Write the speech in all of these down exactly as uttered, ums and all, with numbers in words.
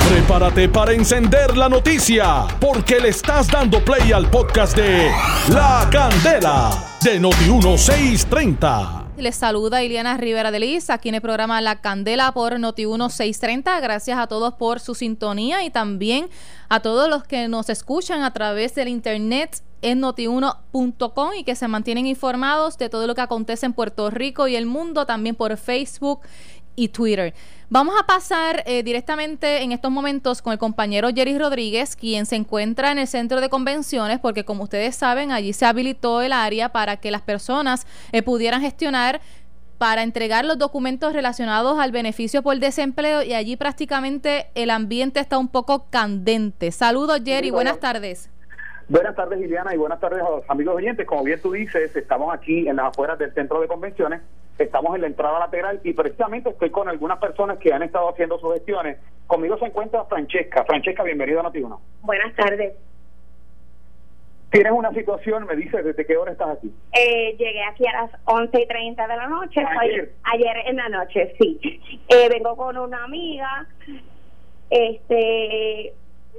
Prepárate para encender la noticia, porque le estás dando play al podcast de La Candela de Noti uno seiscientos treinta. Les saluda Iliana Rivera de Liz, aquí en el programa La Candela por Noti uno seiscientos treinta. Gracias a todos por su sintonía y también a todos los que nos escuchan a través del internet en noti uno punto com y que se mantienen informados de todo lo que acontece en Puerto Rico y el mundo, también por Facebook y Twitter. Vamos a pasar eh, directamente en estos momentos con el compañero Jerry Rodríguez, quien se encuentra en el centro de convenciones, porque como ustedes saben, allí se habilitó el área para que las personas eh, pudieran gestionar para entregar los documentos relacionados al beneficio por desempleo, y allí prácticamente el ambiente está un poco candente. Saludos, Jerry, buenas tardes. Buenas tardes, Liliana, y buenas tardes a los amigos oyentes. Como bien tú dices, estamos aquí en las afueras del centro de convenciones, estamos en la entrada lateral y precisamente estoy con algunas personas que han estado haciendo sus gestiones. Conmigo se encuentra Francesca. Francesca, bienvenida a Noti uno. Buenas tardes. Tienes una situación, me dices, ¿desde qué hora estás aquí? Eh, llegué aquí a las once y treinta de la noche. Ayer. Soy, ayer en la noche, sí. Eh, vengo con una amiga, este...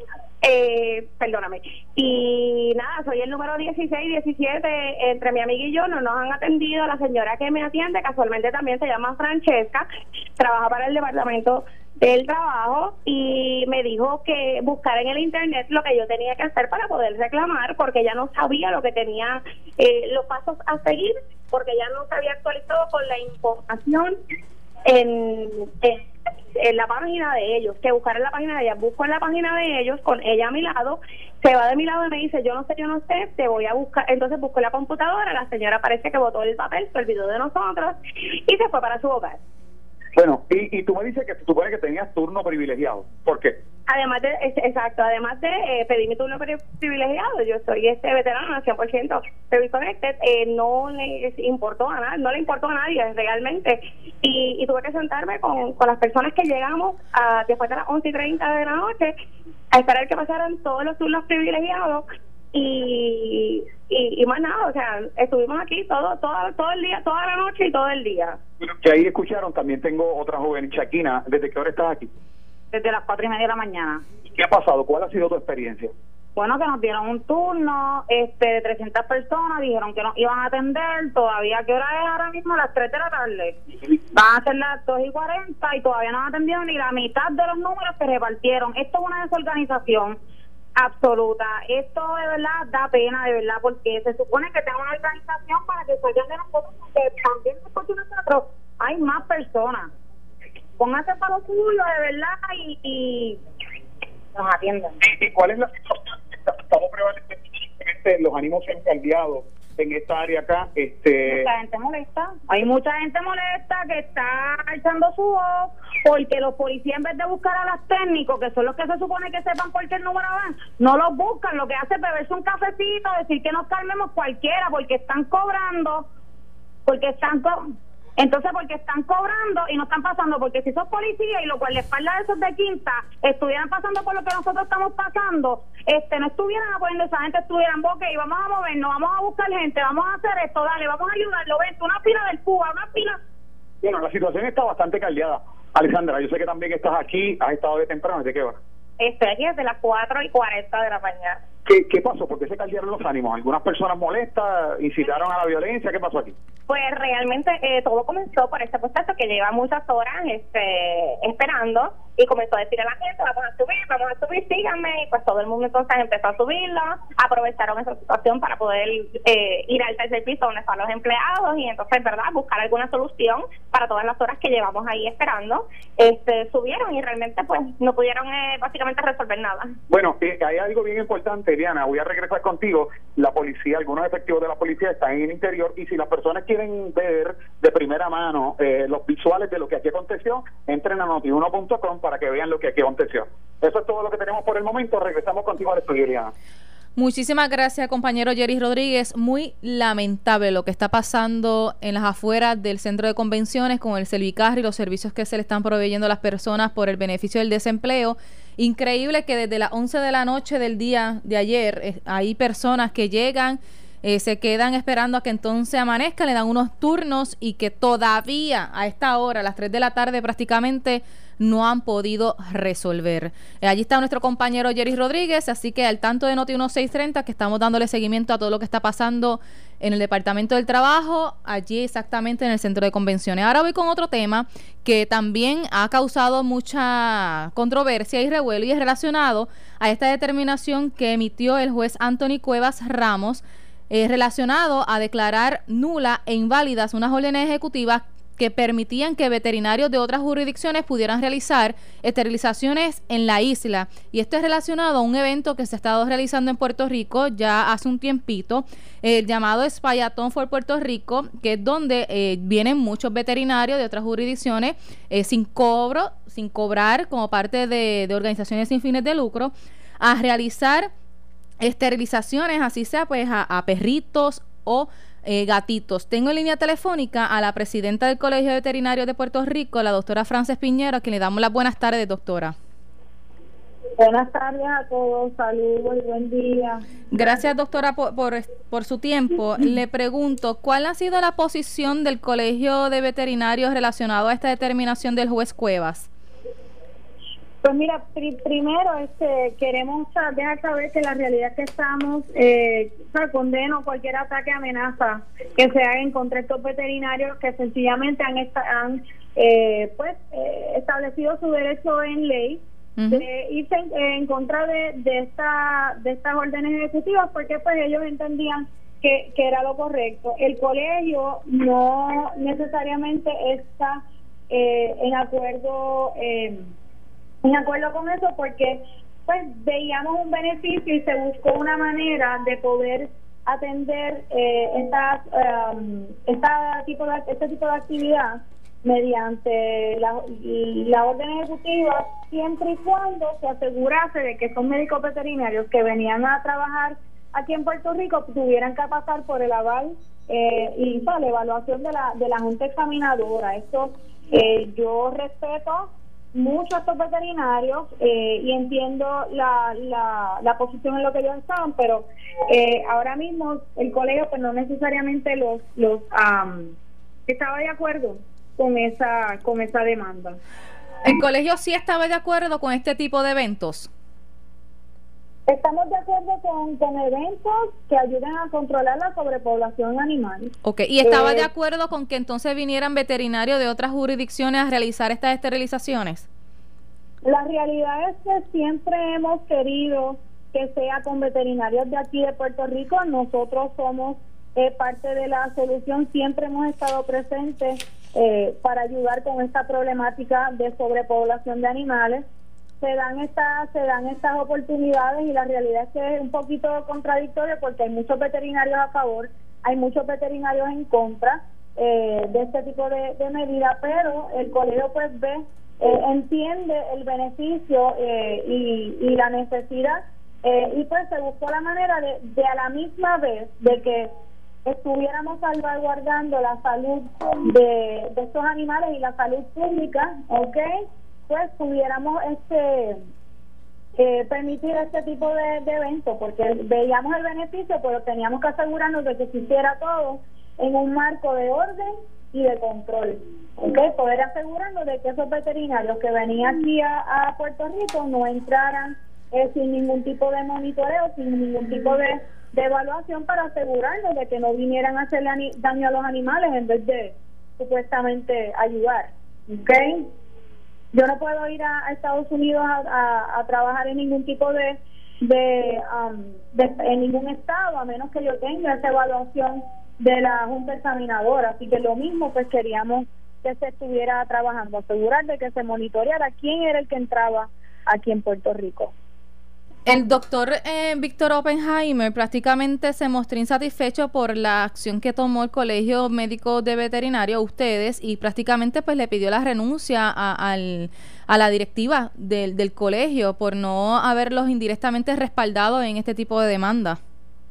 Eh, perdóname, y nada, soy el número dieciséis, diecisiete, entre mi amiga y yo no nos han atendido. La señora que me atiende casualmente también se llama Francesca, trabaja para el departamento del trabajo y me dijo que buscar en el internet lo que yo tenía que hacer para poder reclamar, porque ella no sabía lo que tenía, eh, los pasos a seguir, porque ella no se había actualizado con la información en, en en la página de ellos, que buscar en la página de ella. Busco en la página de ellos con ella a mi lado, se va de mi lado y me dice, yo no sé, yo no sé, te voy a buscar. Entonces busco en la computadora, la señora parece que botó el papel, se olvidó de nosotros y se fue para su hogar. Bueno, y, y tú me dices que tú puedes que tenías turno privilegiado. ¿Por qué? Además de, es, exacto, además de eh, pedir mi turno privilegiado, yo soy este veterano cien por ciento Service Connected, eh, no le importó a nadie, no le importó a nadie realmente, y, y tuve que sentarme con, con las personas que llegamos a, después de las once y treinta de la noche a esperar que pasaran todos los turnos privilegiados y, y, y más nada, o sea, estuvimos aquí todo, todo, todo el día, toda la noche y todo el día. Que ahí escucharon, también tengo otra joven, Shaquina. ¿Desde qué hora estás aquí? Desde las cuatro y media de la mañana. ¿Qué ha pasado? ¿Cuál ha sido tu experiencia? Bueno, que nos dieron un turno este, de trescientas personas, dijeron que nos iban a atender, todavía, ¿qué hora es ahora mismo? Las tres de la tarde. Van a ser las dos y cuarenta y todavía no han atendido ni la mitad de los números que repartieron. Esto es una desorganización absoluta. Esto de verdad da pena, de verdad, porque se supone que tenga una organización para que salgan de nosotros, porque también después de nosotros hay más personas. Pónganse para lo suyo, de verdad, y, y nos atiendan. ¿Y, y cuál es la situación? Estamos prevalentemente, los ánimos se han caldeado en esta área acá. Este... Mucha gente molesta. Hay mucha gente molesta que está echando su voz porque los policías, en vez de buscar a los técnicos, que son los que se supone que sepan por qué el número van, no los buscan. Lo que hace es beberse un cafecito, decir que nos calmemos cualquiera, porque están cobrando, porque están co entonces porque están cobrando y no están pasando, porque si sos policía y lo cual les espalda de esos de quinta estuvieran pasando por lo que nosotros estamos pasando, este no estuvieran apoyando a esa gente, estuvieran, ok, vamos a movernos, vamos a buscar gente, vamos a hacer esto, dale, vamos a ayudarlo, vente, una fila del Cuba, una fila. Bueno, la situación está bastante caldeada. Alexandra, yo sé que también estás aquí, has estado de temprano, ¿desde qué hora? Estoy aquí desde las cuatro y cuarenta de la mañana. ¿Qué, ¿Qué pasó? ¿Por qué se caldearon los ánimos? ¿Algunas personas molestas incitaron a la violencia? ¿Qué pasó aquí? Pues realmente eh, todo comenzó por este proceso que lleva muchas horas este, esperando, y comenzó a decir a la gente, vamos a subir, vamos a subir, síganme, y pues todo el mundo entonces empezó a subirlo, aprovecharon esa situación para poder eh, ir al tercer piso donde están los empleados y entonces, ¿verdad?, buscar alguna solución para todas las horas que llevamos ahí esperando. Este, subieron y realmente pues no pudieron eh, básicamente resolver nada. Bueno, eh, hay algo bien importante, Eliana, voy a regresar contigo. La policía, algunos efectivos de la policía están en el interior, y si las personas quieren ver de primera mano eh, los visuales de lo que aquí aconteció, entren a noti uno punto com para que vean lo que aquí aconteció. Eso es todo lo que tenemos por el momento. Regresamos contigo al estudio, Eliana. Muchísimas gracias, compañero Jerry Rodríguez. Muy lamentable lo que está pasando en las afueras del centro de convenciones con el Servicarro y los servicios que se le están proveyendo a las personas por el beneficio del desempleo. Increíble que desde las once de la noche del día de ayer eh, hay personas que llegan, eh, se quedan esperando a que entonces amanezca, le dan unos turnos y que todavía a esta hora, a las tres de la tarde prácticamente, no han podido resolver. Eh, allí está nuestro compañero Jerry Rodríguez, así que al tanto de Noti uno seiscientos treinta, que estamos dándole seguimiento a todo lo que está pasando en el Departamento del Trabajo, allí exactamente en el Centro de Convenciones. Ahora voy con otro tema que también ha causado mucha controversia y revuelo, y es relacionado a esta determinación que emitió el juez Anthony Cuevas Ramos, eh, relacionado a declarar nula e inválidas unas órdenes ejecutivas que permitían que veterinarios de otras jurisdicciones pudieran realizar esterilizaciones en la isla. Y esto es relacionado a un evento que se ha estado realizando en Puerto Rico ya hace un tiempito, el llamado Spayatón for Puerto Rico, que es donde eh, vienen muchos veterinarios de otras jurisdicciones eh, sin cobro, sin cobrar, como parte de, de organizaciones sin fines de lucro, a realizar esterilizaciones, así sea pues a, a perritos o Eh, gatitos. Tengo en línea telefónica a la presidenta del Colegio de Veterinarios de Puerto Rico, la doctora Frances Piñero, a quien le damos las buenas tardes, doctora. Buenas tardes a todos, saludos y buen día. Gracias, doctora, por, por, por su tiempo. Le pregunto, ¿cuál ha sido la posición del Colegio de Veterinarios relacionado a esta determinación del juez Cuevas? Pues mira, pri primero este, queremos dejar saber que la realidad es que estamos, eh, o sea, condeno cualquier ataque, amenaza que se haga en contra de estos veterinarios que sencillamente han, esta, han eh, pues eh, establecido su derecho en ley uh-huh. de irse en, en contra de, de, esta, de estas órdenes ejecutivas, porque pues ellos entendían que, que era lo correcto. El colegio no necesariamente está eh, en acuerdo eh, en acuerdo con eso, porque pues veíamos un beneficio y se buscó una manera de poder atender eh, estas um, esta tipo de, este tipo de actividad mediante la, la orden ejecutiva, siempre y cuando se asegurase de que esos médicos veterinarios que venían a trabajar aquí en Puerto Rico tuvieran que pasar por el aval eh, y o sea, la evaluación de la de la junta examinadora. Esto eh, yo respeto mucho a estos veterinarios eh, y entiendo la, la, la posición en lo que ellos estaban, pero eh, ahora mismo el colegio pues no necesariamente los los um, estaba de acuerdo con esa con esa demanda. ¿El colegio sí estaba de acuerdo con este tipo de eventos? Estamos de acuerdo con, con eventos que ayuden a controlar la sobrepoblación animal. Ok, ¿y estaba eh, de acuerdo con que entonces vinieran veterinarios de otras jurisdicciones a realizar estas esterilizaciones? La realidad es que siempre hemos querido que sea con veterinarios de aquí de Puerto Rico. Nosotros somos eh, parte de la solución, siempre hemos estado presentes eh, para ayudar con esta problemática de sobrepoblación de animales. Se dan estas se dan estas oportunidades y la realidad es que es un poquito contradictorio porque hay muchos veterinarios a favor, hay muchos veterinarios en contra eh, de este tipo de, de medidas, pero el colegio pues ve, eh, entiende el beneficio eh, y, y la necesidad eh, y pues se buscó la manera de, de a la misma vez de que estuviéramos salvaguardando la salud de, de estos animales y la salud pública, ¿ok? Pues pudiéramos este eh, permitir este tipo de, de eventos, porque veíamos el beneficio, pero teníamos que asegurarnos de que se hiciera todo en un marco de orden y de control, ¿okay? Poder asegurarnos de que esos veterinarios que venían aquí a, a Puerto Rico no entraran eh, sin ningún tipo de monitoreo, sin ningún tipo de, de evaluación, para asegurarnos de que no vinieran a hacerle daño a los animales en vez de supuestamente ayudar, ¿ok? Yo no puedo ir a, a Estados Unidos a, a, a trabajar en ningún tipo de, de, um, de en ningún estado, a menos que yo tenga esa evaluación de la junta examinadora. Así que lo mismo, pues queríamos que se estuviera trabajando, asegurar de que se monitoreara quién era el que entraba aquí en Puerto Rico. El doctor eh, Víctor Oppenheimer prácticamente se mostró insatisfecho por la acción que tomó el Colegio Médico de Veterinario, ustedes, y prácticamente pues le pidió la renuncia a, al, a la directiva del, del colegio por no haberlos indirectamente respaldado en este tipo de demanda.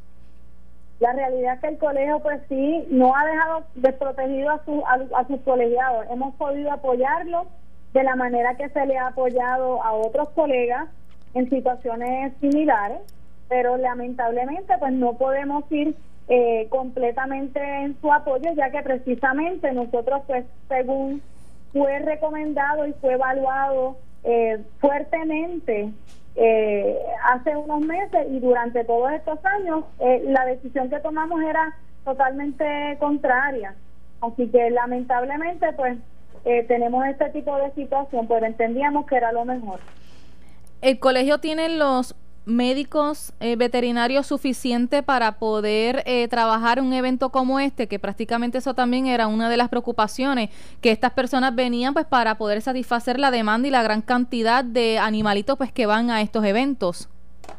La realidad es que el colegio pues sí no ha dejado desprotegido a, su, a, a sus colegiados. Hemos podido apoyarlos de la manera que se le ha apoyado a otros colegas en situaciones similares, pero lamentablemente pues no podemos ir eh, completamente en su apoyo, ya que precisamente nosotros pues según fue recomendado y fue evaluado eh, fuertemente eh, hace unos meses, y durante todos estos años eh, la decisión que tomamos era totalmente contraria. Así que lamentablemente pues eh, tenemos este tipo de situación, pero entendíamos que era lo mejor. ¿El colegio tiene los médicos eh, veterinarios suficientes para poder eh, trabajar un evento como este? Que prácticamente eso también era una de las preocupaciones, que estas personas venían pues para poder satisfacer la demanda y la gran cantidad de animalitos pues que van a estos eventos.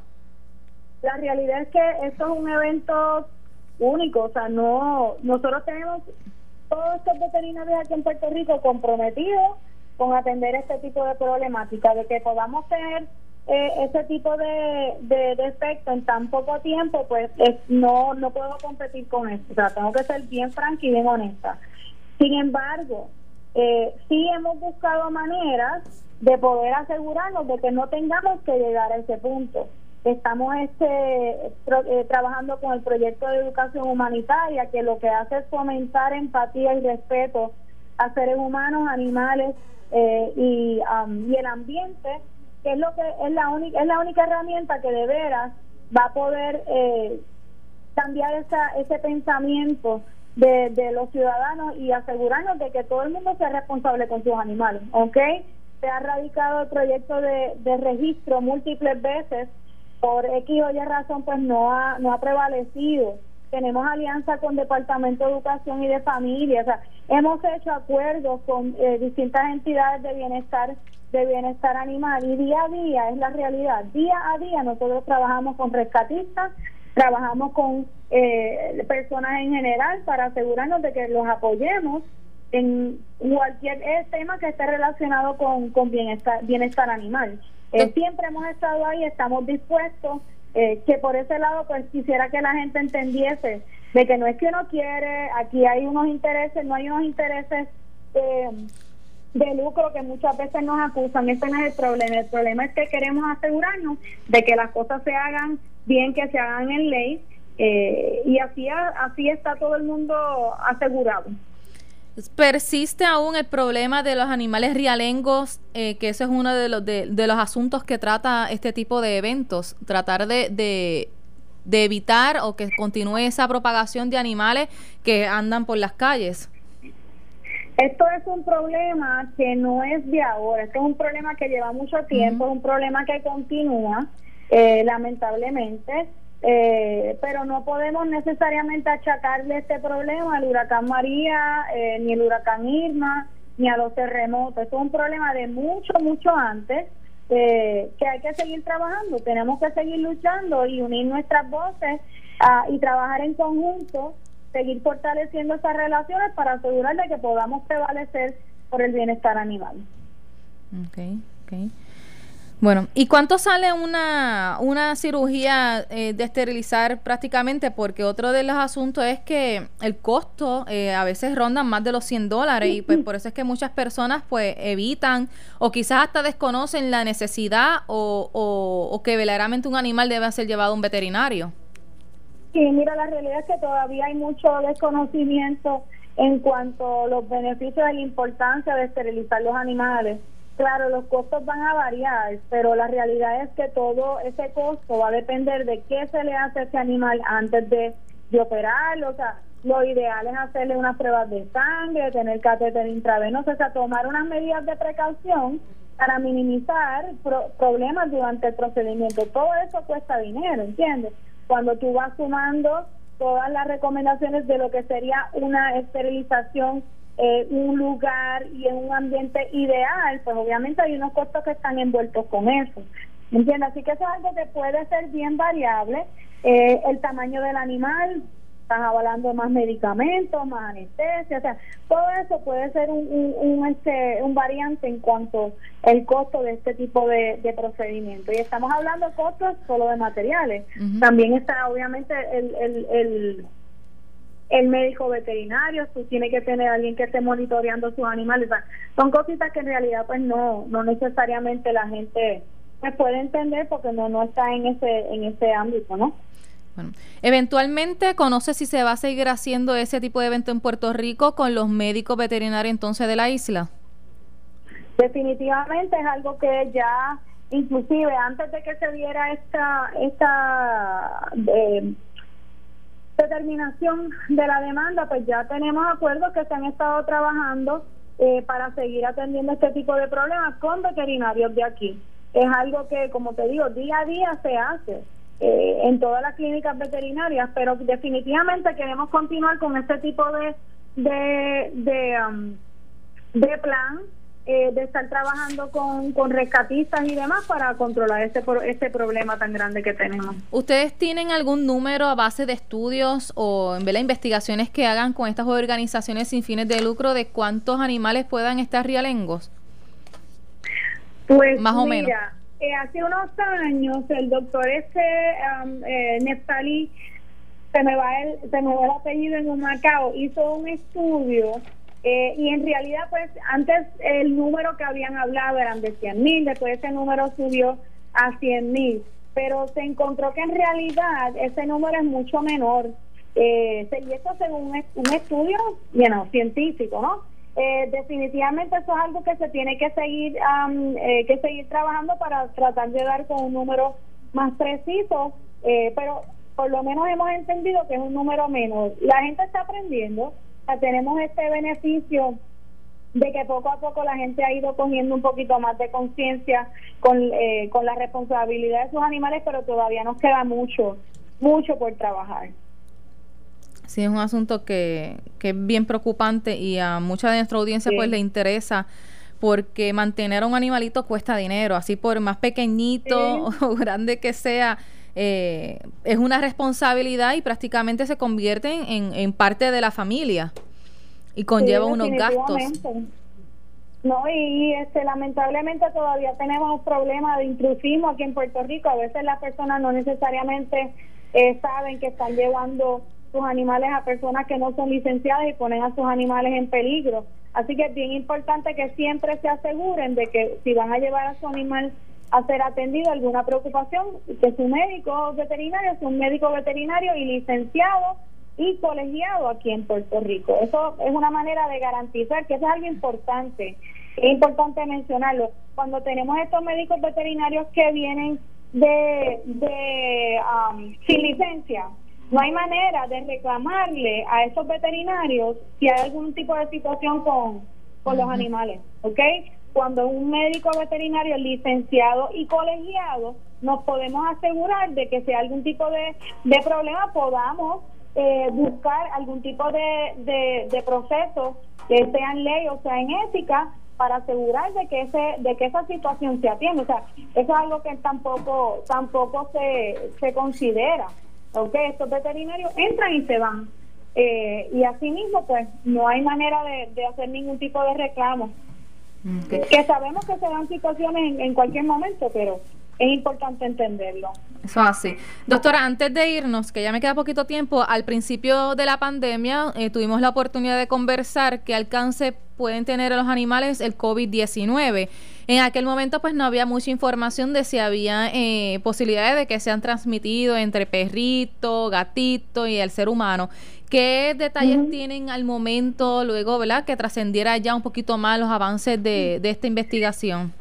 La realidad es que esto es un evento único, o sea, no, nosotros tenemos todos estos veterinarios aquí en Puerto Rico comprometidos con atender este tipo de problemática, de que podamos tener eh, ese tipo de, de, de efecto en tan poco tiempo, pues es, no no puedo competir con esto, o sea, tengo que ser bien franca y bien honesta. Sin embargo, eh, sí hemos buscado maneras de poder asegurarnos de que no tengamos que llegar a ese punto. Estamos este pro, eh, trabajando con el proyecto de educación humanitaria, que lo que hace es fomentar empatía y respeto a seres humanos, animales eh, y, um, y el ambiente, que es lo que es la única es la única herramienta que de veras va a poder eh, cambiar esa, ese pensamiento de, de los ciudadanos y asegurarnos de que todo el mundo sea responsable con sus animales, ¿ok? Se ha radicado el proyecto de, de registro múltiples veces. Por X o Y razón, pues no ha, no ha prevalecido. Tenemos alianza con Departamento de Educación y de Familia, o sea, hemos hecho acuerdos con eh, distintas entidades de bienestar de bienestar animal, y día a día es la realidad. Día a día nosotros trabajamos con rescatistas, trabajamos con eh, personas en general para asegurarnos de que los apoyemos en cualquier eh, tema que esté relacionado con, con bienestar, bienestar animal. Eh, siempre hemos estado ahí, estamos dispuestos, eh, que por ese lado pues quisiera que la gente entendiese de que no es que uno quiere, aquí hay unos intereses, no hay unos intereses eh, de lucro que muchas veces nos acusan. Ese no es el problema. El problema es que queremos asegurarnos de que las cosas se hagan bien, que se hagan en ley, eh, y así, así está todo el mundo asegurado. Persiste aún el problema de los animales rialengos, eh, que eso es uno de los de, de los asuntos que trata este tipo de eventos, tratar de, de, de evitar o que continúe esa propagación de animales que andan por las calles. Esto es un problema que no es de ahora, esto es un problema que lleva mucho tiempo, uh-huh. Es un problema que continúa, eh, lamentablemente. Eh, pero no podemos necesariamente achacarle este problema al huracán María, eh, ni el huracán Irma, ni a los terremotos. Es un problema de mucho, mucho antes, eh, que hay que seguir trabajando. Tenemos que seguir luchando y unir nuestras voces uh, y trabajar en conjunto, seguir fortaleciendo esas relaciones para asegurar de que podamos prevalecer por el bienestar animal. Okay, okay. Bueno, ¿y cuánto sale una una cirugía eh, de esterilizar prácticamente? Porque otro de los asuntos es que el costo eh, a veces ronda más de los cien dólares, y pues por eso es que muchas personas pues evitan o quizás hasta desconocen la necesidad o, o, o que verdaderamente un animal debe ser llevado a un veterinario. Sí, mira, la realidad es que todavía hay mucho desconocimiento en cuanto a los beneficios y la importancia de esterilizar los animales. Claro, los costos van a variar, pero la realidad es que todo ese costo va a depender de qué se le hace a ese animal antes de, de operarlo. O sea, lo ideal es hacerle unas pruebas de sangre, tener catéter intravenoso, o sea, tomar unas medidas de precaución para minimizar pro- problemas durante el procedimiento. Todo eso cuesta dinero, ¿entiendes? Cuando tú vas sumando todas las recomendaciones de lo que sería una esterilización, Eh, un lugar y en un ambiente ideal, pues obviamente hay unos costos que están envueltos con eso, ¿entiendes? Así que eso es algo que puede ser bien variable. Eh, el tamaño del animal, estás hablando de más medicamentos, más anestesia, o sea, todo eso puede ser un, un, un, este, un variante en cuanto al costo de este tipo de, de procedimiento. Y estamos hablando de costos solo de materiales. Uh-huh. También está obviamente el... el, el el médico veterinario, tú tienes que tener a alguien que esté monitoreando sus animales. O sea, son cositas que en realidad pues no no necesariamente la gente pues, puede entender porque no no está en ese en ese ámbito, ¿no? Bueno, eventualmente conoce si se va a seguir haciendo ese tipo de evento en Puerto Rico con los médicos veterinarios entonces de la isla. definitivamente es algo que ya, inclusive antes de que se diera esta esta eh, determinación de la demanda, pues ya tenemos acuerdos que se han estado trabajando eh, para seguir atendiendo este tipo de problemas con veterinarios de aquí. Es algo que, como te digo, día a día se hace eh, en todas las clínicas veterinarias, pero definitivamente queremos continuar con este tipo de de de, um, de plan, eh, de estar trabajando con, con rescatistas y demás para controlar este, este problema tan grande que tenemos. ¿Ustedes tienen algún número a base de estudios o en las investigaciones que hagan con estas organizaciones sin fines de lucro de cuántos animales puedan estar realengos? Pues más o mira, menos. Eh, hace unos años el doctor este um, eh, Neftali, se me va el se me va el apellido en un Macao, hizo un estudio eh, y en realidad pues antes el número que habían hablado eran de cien mil, después ese número subió a cien mil, pero se encontró que en realidad ese número es mucho menor, eh, y esto según un, un estudio bueno, científico, ¿no? Eh, definitivamente eso es algo que se tiene que seguir um, eh, que seguir trabajando para tratar de dar con un número más preciso, eh, pero por lo menos hemos entendido que es un número menor. La gente está aprendiendo, o sea, tenemos este beneficio de que poco a poco la gente ha ido cogiendo un poquito más de conciencia con, eh, con la responsabilidad de sus animales, pero todavía nos queda mucho, mucho por trabajar. Sí, es un asunto que, que es bien preocupante y a mucha de nuestra audiencia sí. pues le interesa, porque mantener a un animalito cuesta dinero, así por más pequeñito sí. o grande que sea, eh, es una responsabilidad y prácticamente se convierte en, en parte de la familia y conlleva sí, unos gastos. No, y este lamentablemente todavía tenemos un problema de intrusismo aquí en Puerto Rico. A veces las personas no necesariamente eh, saben que están llevando sus animales a personas que no son licenciadas y ponen a sus animales en peligro. Así que es bien importante que siempre se aseguren de que si van a llevar a su animal a ser atendido, alguna preocupación, que su médico veterinario es un médico veterinario y licenciado y colegiado aquí en Puerto Rico. Eso es una manera de garantizar que eso es algo importante. Es importante mencionarlo. Cuando tenemos estos médicos veterinarios que vienen de, de um, sin licencia, no hay manera de reclamarle a esos veterinarios si hay algún tipo de situación con, con los animales, ¿ok? Cuando un médico veterinario licenciado y colegiado, nos podemos asegurar de que si hay algún tipo de, de problema podamos eh, buscar algún tipo de, de, de proceso, que sea en ley o sea en ética, para asegurar de que ese de que esa situación se atiende. O sea, eso es algo que tampoco tampoco se, se considera. Okay, estos veterinarios entran y se van eh, y así mismo pues no hay manera de, de hacer ningún tipo de reclamo. Okay. Que sabemos que se dan situaciones en, en cualquier momento, pero es importante entenderlo. Eso así. Doctora, antes de irnos, que ya me queda poquito tiempo, al principio de la pandemia eh, tuvimos la oportunidad de conversar qué alcance pueden tener los animales el COVID diecinueve. En aquel momento pues no había mucha información de si había eh, posibilidades de que sean transmitidos entre perrito, gatito y el ser humano. ¿Qué detalles uh-huh. tienen al momento luego, verdad, que trascendiera ya un poquito más los avances de, de esta investigación?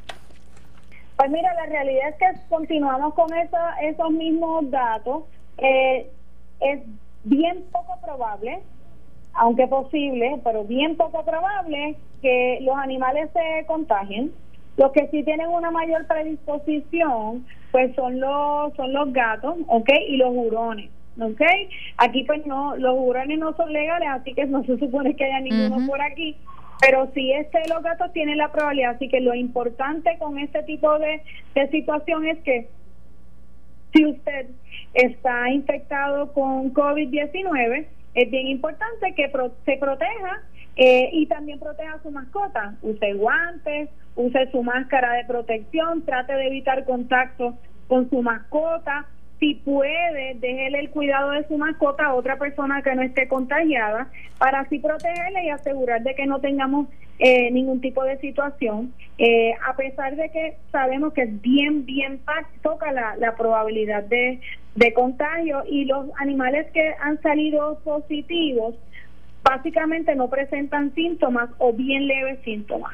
Pues mira, la realidad es que continuamos con esa, esos mismos datos. Eh, es bien poco probable, aunque posible, pero bien poco probable que los animales se contagien. Los que sí tienen una mayor predisposición, pues son los son los gatos, ¿ok? Y los hurones, ¿ok? Aquí pues no, los hurones no son legales, así que no se supone que haya ninguno uh-huh. por aquí. Pero sí, este, los gatos tienen la probabilidad, así que lo importante con este tipo de, de situación es que si usted está infectado con COVID diecinueve, es bien importante que pro, se proteja eh, y también proteja a su mascota. Use guantes, use su máscara de protección, trate de evitar contacto con su mascota. Si puede, déjele el cuidado de su mascota a otra persona que no esté contagiada para así protegerle y asegurar de que no tengamos eh, ningún tipo de situación. Eh, a pesar de que sabemos que es bien, bien toca la, la probabilidad de, de contagio y los animales que han salido positivos básicamente no presentan síntomas o bien leves síntomas.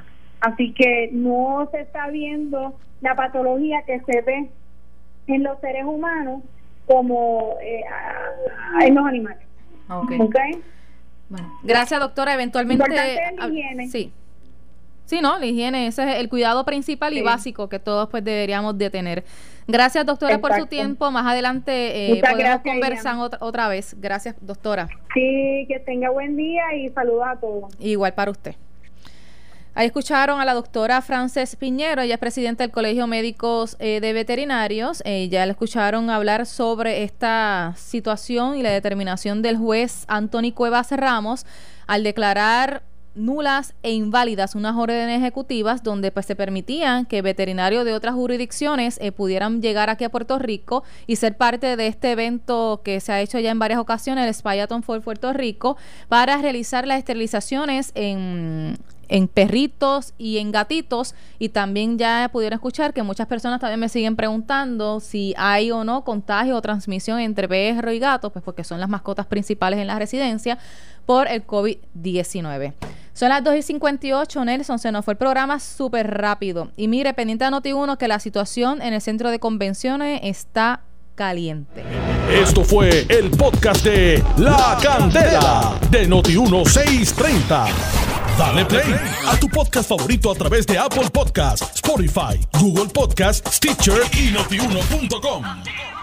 Así que no se está viendo la patología que se ve en los seres humanos como eh, en los animales. Okay. Okay. Bueno, gracias, doctora. Eventualmente, importante es la higiene. Sí. Sí, no, la higiene, ese es el cuidado principal y sí. básico que todos pues deberíamos de tener. Gracias, doctora, Exacto. por su tiempo. Más adelante eh, podemos gracias, conversar otra, otra vez. Gracias, doctora. Sí, que tenga buen día y saludos a todos. Igual para usted. Ahí escucharon a la doctora Frances Piñero, ella es presidenta del Colegio Médicos eh, de Veterinarios. Eh, ya la escucharon hablar sobre esta situación y la determinación del juez Anthony Cuevas Ramos al declarar nulas e inválidas unas órdenes ejecutivas donde pues se permitían que veterinarios de otras jurisdicciones eh, pudieran llegar aquí a Puerto Rico y ser parte de este evento que se ha hecho ya en varias ocasiones, el Spyathon for Puerto Rico, para realizar las esterilizaciones en en perritos y en gatitos. Y también ya pudieron escuchar que muchas personas también me siguen preguntando si hay o no contagio o transmisión entre perro y gato, pues porque son las mascotas principales en la residencia por el COVID diecinueve. Son las dos y cincuenta y ocho, Nelson, se nos fue el programa súper rápido. Y mire, pendiente de Noti uno que la situación en el centro de convenciones está caliente. Esto fue el podcast de La Candela de Noti uno seiscientos treinta. Dale play a tu podcast favorito a través de Apple Podcasts, Spotify, Google Podcasts, Stitcher y notiuno punto com.